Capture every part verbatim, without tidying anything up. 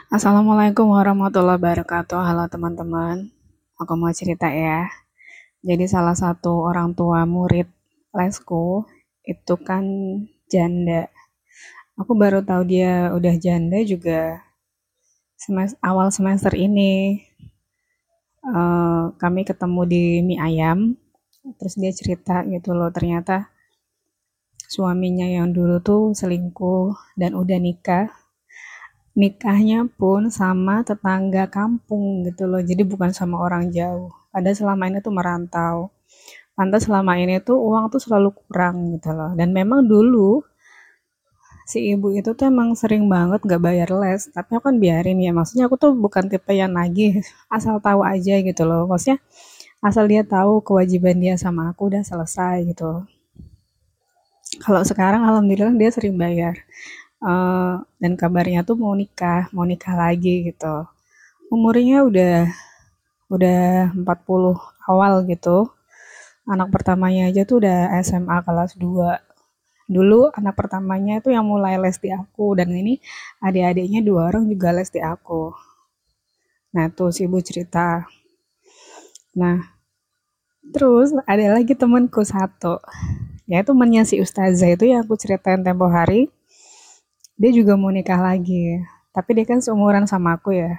Assalamualaikum warahmatullahi wabarakatuh. Halo teman-teman, aku mau cerita ya. Jadi salah satu orang tua murid lesku itu kan janda. Aku baru tahu dia udah janda juga semes- awal semester ini. Eh, kami ketemu di mie ayam, terus dia cerita gitu loh. Ternyata suaminya yang dulu tuh selingkuh dan udah nikah. Nikahnya pun sama tetangga kampung gitu loh, jadi bukan sama orang jauh. Padahal selama ini tuh merantau. Pantas selama ini tuh uang tuh selalu kurang gitu loh. Dan memang dulu si ibu itu tuh emang sering banget gak bayar les, tapi aku kan biarin ya. Maksudnya aku tuh bukan tipe yang nagih, asal tahu aja gitu loh. Maksudnya asal dia tahu kewajiban dia sama aku udah selesai gitu. Kalau sekarang alhamdulillah dia sering bayar. Eh, dan kabarnya tuh mau nikah, mau nikah lagi gitu. Umurnya udah udah empat puluh awal gitu. Anak pertamanya aja tuh udah S M A kelas dua. Dulu anak pertamanya itu yang mulai les di aku dan ini adik-adiknya dua orang juga les di aku. Nah, tuh si ibu cerita. Nah, terus ada lagi temanku satu. Ya itu temannya si Ustazah itu yang aku ceritain tempo hari. Dia juga mau nikah lagi. Tapi dia kan seumuran sama aku ya.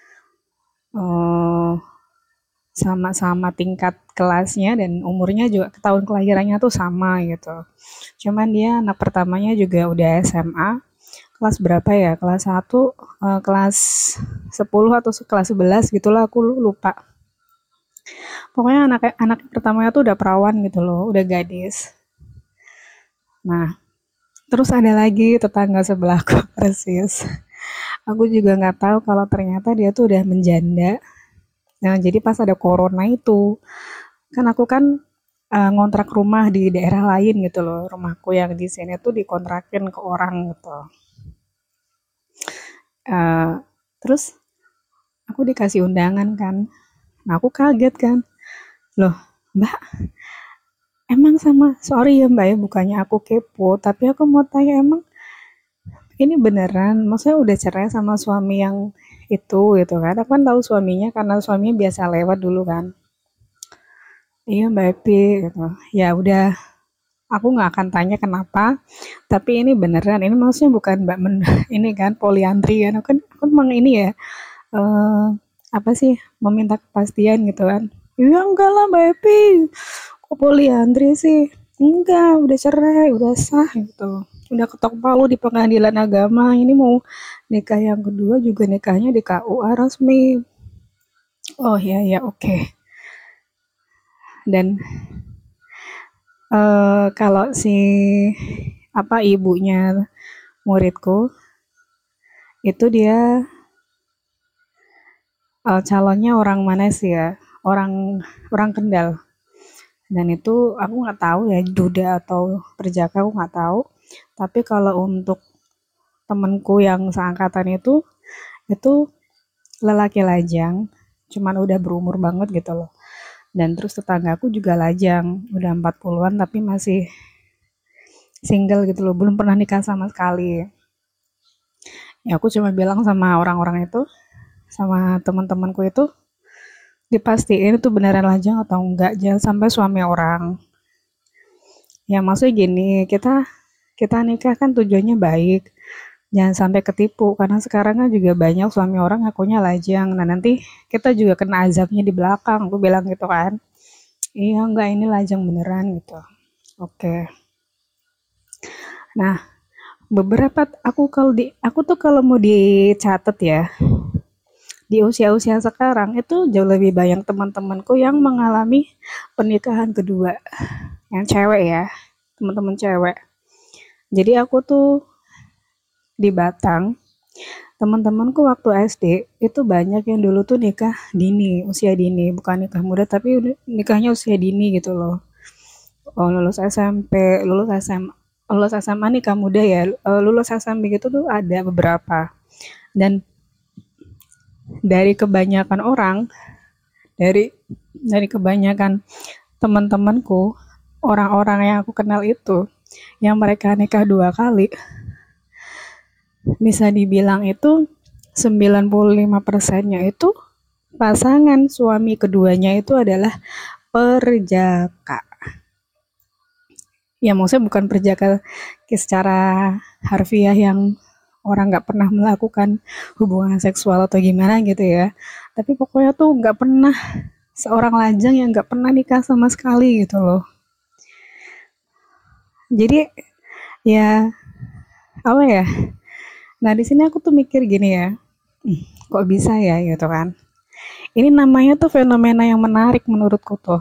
Eh, sama-sama tingkat kelasnya dan umurnya juga tahun kelahirannya tuh sama gitu. Cuman dia anak pertamanya juga udah S M A, kelas berapa ya? Kelas satu, eh, kelas sepuluh atau kelas sebelas gitulah aku lupa. Pokoknya anak anak pertamanya tuh udah perawan gitu loh, udah gadis. Nah, terus ada lagi tetangga sebelahku persis. Aku juga nggak tahu kalau ternyata dia tuh udah menjanda. Nah, jadi pas ada corona itu, kan aku kan eh, ngontrak rumah di daerah lain gitu loh. Rumahku yang di sini tuh dikontrakin ke orang gitu. Eh, terus aku dikasih undangan kan. Nah, aku kaget kan. Loh, Mbak, emang sama, sorry ya Mbak ya, bukannya aku kepo, tapi aku mau tanya emang ini beneran, maksudnya udah cerai sama suami yang itu gitu kan. Aku kan tahu suaminya karena suaminya biasa lewat dulu kan. Iya Mbak Epi gitu. Ya udah, aku nggak akan tanya kenapa, tapi ini beneran, ini maksudnya bukan Mbak Men, ini kan poliandri kan, aku kan, aku emang ini ya, eh apa sih, meminta kepastian gitu kan. Iya enggak lah Mbak Epi, kok poliandri sih? Enggak, udah cerai, udah sah gitu. Udah ketok palu di pengadilan agama, ini mau nikah yang kedua juga nikahnya di K U A resmi. Oh iya ya oke. Okay. Dan eh kalau si apa ibunya muridku itu dia eh, calonnya orang mana sih ya? Orang orang Kendal. Dan itu aku nggak tahu ya duda atau perjaka aku nggak tahu. Tapi kalau untuk temenku yang seangkatan itu itu lelaki lajang, cuman udah berumur banget gitu loh. Dan terus tetanggaku juga lajang, udah empat puluhan tapi masih single gitu loh, belum pernah nikah sama sekali. Ya aku cuma bilang sama orang-orang itu, sama teman-temanku itu, dipastiin itu beneran lajang atau enggak, jangan sampai suami orang. Ya maksudnya gini, kita kita nikah kan tujuannya baik, jangan sampai ketipu karena sekarang kan juga banyak suami orang ngakunya lajang. Nah nanti kita juga kena azabnya di belakang, aku bilang gitu kan. Iya enggak ini lajang beneran gitu. Oke. Nah beberapa aku kalau di aku tuh kalau mau dicatat ya di usia-usia sekarang itu jauh lebih banyak teman-temanku yang mengalami pernikahan kedua yang cewek ya, teman-teman cewek. Jadi aku tuh di Batang, teman-temanku waktu S D itu banyak yang dulu tuh nikah dini, usia dini, bukan nikah muda tapi nikahnya usia dini gitu loh. Oh, lulus S M P, lulus S M A, lulus S M A nikah muda ya, eh, lulus S M B gitu tuh ada beberapa. Dan dari kebanyakan orang, dari dari kebanyakan teman-temanku, orang-orang yang aku kenal itu, yang mereka nikah dua kali, bisa dibilang itu sembilan puluh lima persennya itu pasangan suami keduanya itu adalah perjaka. Ya maksudnya bukan perjaka secara harfiah yang orang nggak pernah melakukan hubungan seksual atau gimana gitu ya. Tapi pokoknya tuh nggak pernah, seorang lajang yang nggak pernah nikah sama sekali gitu loh. Jadi ya apa ya? Nah di sini aku tuh mikir gini ya, "Ih, kok bisa ya gitu kan? Ini namanya tuh fenomena yang menarik menurutku tuh.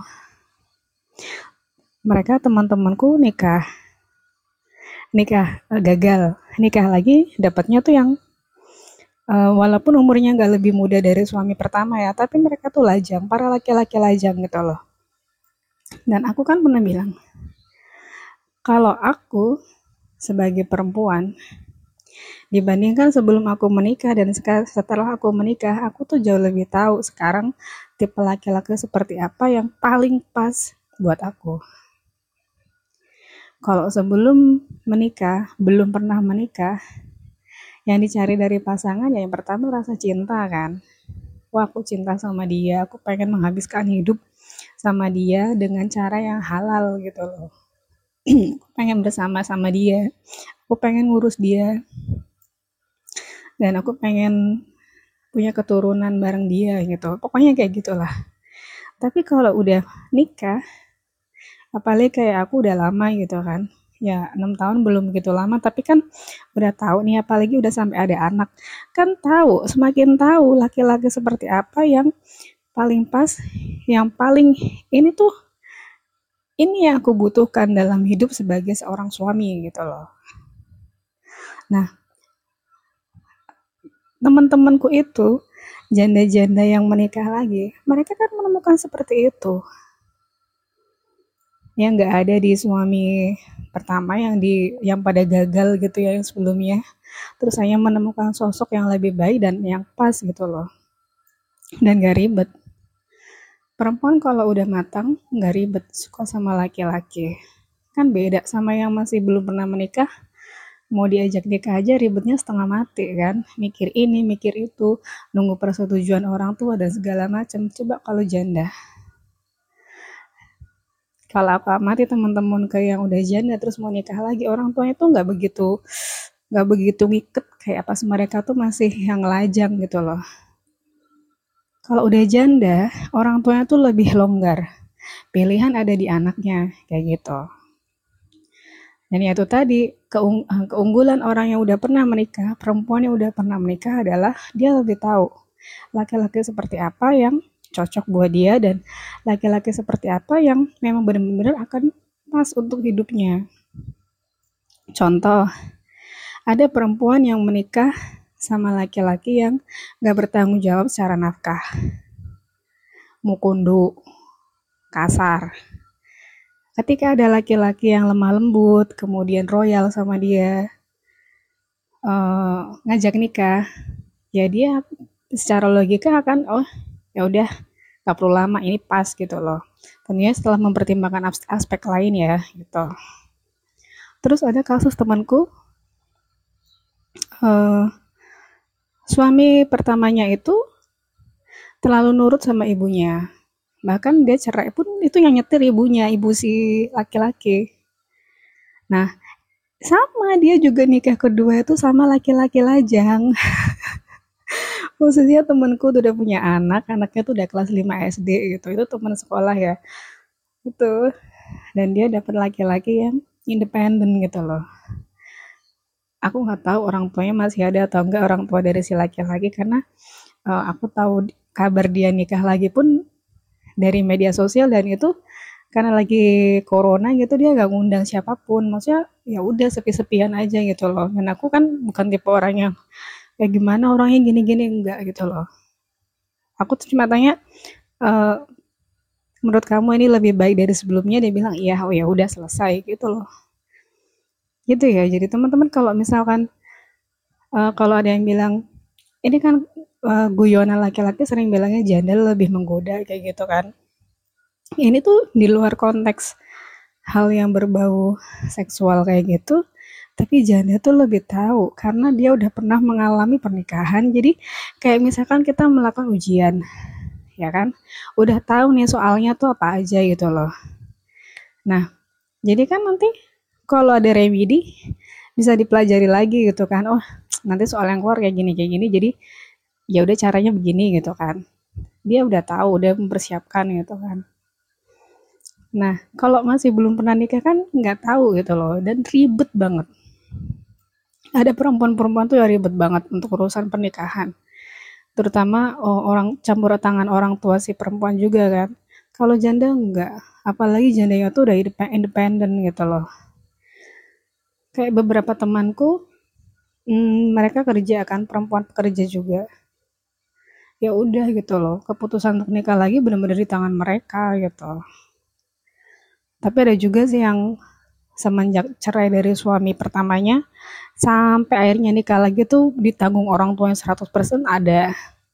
Mereka teman-temanku nikah, nikah eh, gagal, nikah lagi dapatnya tuh yang eh, walaupun umurnya nggak lebih muda dari suami pertama ya, tapi mereka tuh lajang, para laki-laki lajang gitu loh. Dan aku kan pernah bilang, kalau aku sebagai perempuan dibandingkan sebelum aku menikah dan setelah aku menikah, aku tuh jauh lebih tahu sekarang tipe laki-laki seperti apa yang paling pas buat aku. Kalau sebelum menikah, belum pernah menikah, yang dicari dari pasangan ya yang pertama rasa cinta kan. Wah aku cinta sama dia, aku pengen menghabiskan hidup sama dia dengan cara yang halal gitu loh. Aku pengen bersama sama dia, aku pengen ngurus dia, dan aku pengen punya keturunan bareng dia gitu. Pokoknya kayak gitulah. Tapi kalau udah nikah, apalagi kayak aku udah lama gitu kan. Ya enam tahun belum begitu lama, tapi kan udah tahu nih, apalagi udah sampai ada anak. Kan tahu, semakin tahu laki-laki seperti apa yang paling pas, yang paling ini tuh, ini yang aku butuhkan dalam hidup sebagai seorang suami gitu loh. Nah, teman-temanku itu, janda-janda yang menikah lagi, mereka kan menemukan seperti itu. Yang nggak ada di suami pertama yang di yang pada gagal gitu ya yang sebelumnya. Terus saya menemukan sosok yang lebih baik dan yang pas gitu loh. Dan gak ribet. Perempuan kalau udah matang gak ribet, suka sama laki-laki. Kan beda sama yang masih belum pernah menikah. Mau diajak nikah aja ribetnya setengah mati kan. Mikir ini, mikir itu, nunggu persetujuan orang tua dan segala macam. Coba kalau janda. Kalau aku amati teman-teman kayak yang udah janda terus mau nikah lagi, orang tuanya tuh nggak begitu nggak begitu ngiket kayak pas mereka tuh masih yang lajang gitu loh. Kalau udah janda, orang tuanya tuh lebih longgar. Pilihan ada di anaknya, kayak gitu. Dan ya itu tadi, keung keunggulan orang yang udah pernah menikah, perempuan yang udah pernah menikah adalah dia lebih tahu laki-laki seperti apa yang cocok buat dia dan laki-laki seperti apa yang memang benar-benar akan pas untuk hidupnya. Contoh, ada perempuan yang menikah sama laki-laki yang gak bertanggung jawab secara nafkah. Mukundu, kasar. Ketika ada laki-laki yang lemah lembut, kemudian royal sama dia, uh, ngajak nikah, ya dia secara logika akan, oh ya udah, gak perlu lama, ini pas gitu loh. Tentunya setelah mempertimbangkan aspek lain ya, gitu. Terus ada kasus temanku, uh, suami pertamanya itu terlalu nurut sama ibunya. Bahkan dia cerai pun itu yang nyetir ibunya, ibu si laki-laki. Nah, sama dia juga nikah kedua itu sama laki-laki lajang. Maksudnya temanku tuh udah punya anak, anaknya tuh udah kelas lima S D gitu. Itu teman sekolah ya. Itu. Dan dia dapat laki-laki yang independen gitu loh. Aku nggak tahu orang tuanya masih ada atau enggak orang tua dari si laki-laki karena uh, aku tahu kabar dia nikah lagi pun dari media sosial dan itu karena lagi corona gitu dia gak ngundang siapapun, maksudnya ya udah sepi-sepian aja gitu loh. Dan aku kan bukan tipe orang yang kayak gimana orangnya gini-gini, enggak gitu loh. Aku tuh cuma tanya, e, menurut kamu ini lebih baik dari sebelumnya? Dia bilang iya, oh ya udah selesai gitu loh. Gitu ya. Jadi teman-teman kalau misalkan uh, kalau ada yang bilang ini kan uh, guyonan laki-laki sering bilangnya janda lebih menggoda kayak gitu kan. Ini tuh di luar konteks hal yang berbau seksual kayak gitu, Tapi janda tuh lebih tahu karena dia udah pernah mengalami pernikahan. Jadi kayak misalkan kita melakukan ujian, ya kan? Udah tahu nih soalnya tuh apa aja gitu loh. Nah, jadi kan nanti kalau ada remedi bisa dipelajari lagi gitu kan. Oh, nanti soal yang keluar kayak gini kayak gini. Jadi ya udah caranya begini gitu kan. Dia udah tahu, udah mempersiapkan gitu kan. Nah, kalau masih belum pernah nikah kan nggak tahu gitu loh dan ribet banget. Ada perempuan-perempuan tuh yang ribet banget untuk urusan pernikahan. Terutama oh, orang campur tangan orang tua si perempuan juga kan. Kalau janda enggak, apalagi jandanya tuh udah independen gitu loh. Kayak beberapa temanku, hmm, mereka kerja kan, perempuan pekerja juga. Ya udah gitu loh, keputusan untuk nikah lagi benar-benar di tangan mereka gitu. Tapi ada juga sih yang semenjak cerai dari suami pertamanya sampai akhirnya nikah lagi tuh ditanggung orang tuanya seratus persen ada.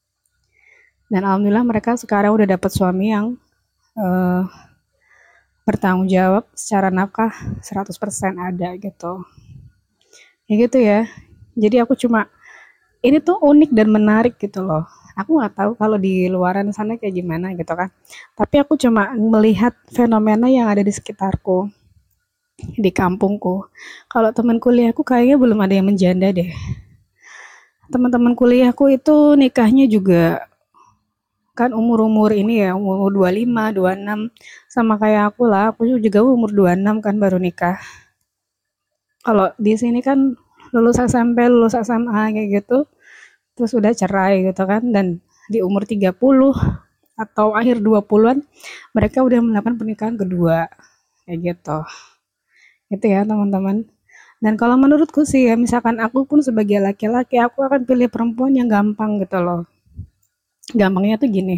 Dan alhamdulillah mereka sekarang udah dapat suami yang uh, bertanggung jawab secara nafkah seratus persen ada gitu. Ya gitu ya. Jadi aku cuma ini tuh unik dan menarik gitu loh. Aku nggak tahu kalau di luaran sana kayak gimana gitu kan. Tapi aku cuma melihat fenomena yang ada di sekitarku, di kampungku. Kalau teman kuliahku kayaknya belum ada yang menjanda deh. Teman-teman kuliahku itu nikahnya juga kan umur-umur ini ya, umur dua puluh lima, dua puluh enam sama kayak aku lah. Aku juga umur dua puluh enam kan baru nikah. Kalau di sini kan lulus S M P, lulus S M A kayak gitu, terus udah cerai gitu kan dan di umur tiga puluh atau akhir dua puluhan mereka udah melakukan pernikahan kedua kayak gitu. Gitu ya, teman-teman. Dan kalau menurutku sih ya, misalkan aku pun sebagai laki-laki, aku akan pilih perempuan yang gampang gitu loh. Gampangnya tuh gini.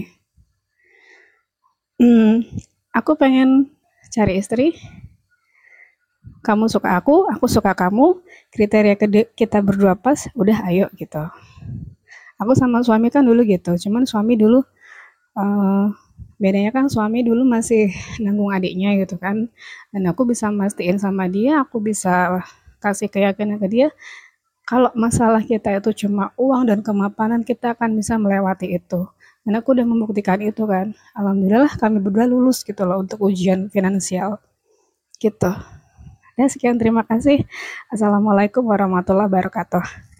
Hmm, aku pengen cari istri, kamu suka aku, aku suka kamu, kriteria kita berdua pas, udah ayo gitu. Aku sama suami kan dulu gitu, cuman suami dulu uh, bedanya kan suami dulu masih nanggung adiknya gitu kan, dan aku bisa mastiin sama dia, aku bisa kasih keyakinan ke dia kalau masalah kita itu cuma uang dan kemapanan, kita akan bisa melewati itu. Dan aku udah membuktikan itu kan. Alhamdulillah kami berdua lulus gitu loh untuk ujian finansial gitu. Dan sekian, terima kasih. Assalamualaikum warahmatullahi wabarakatuh.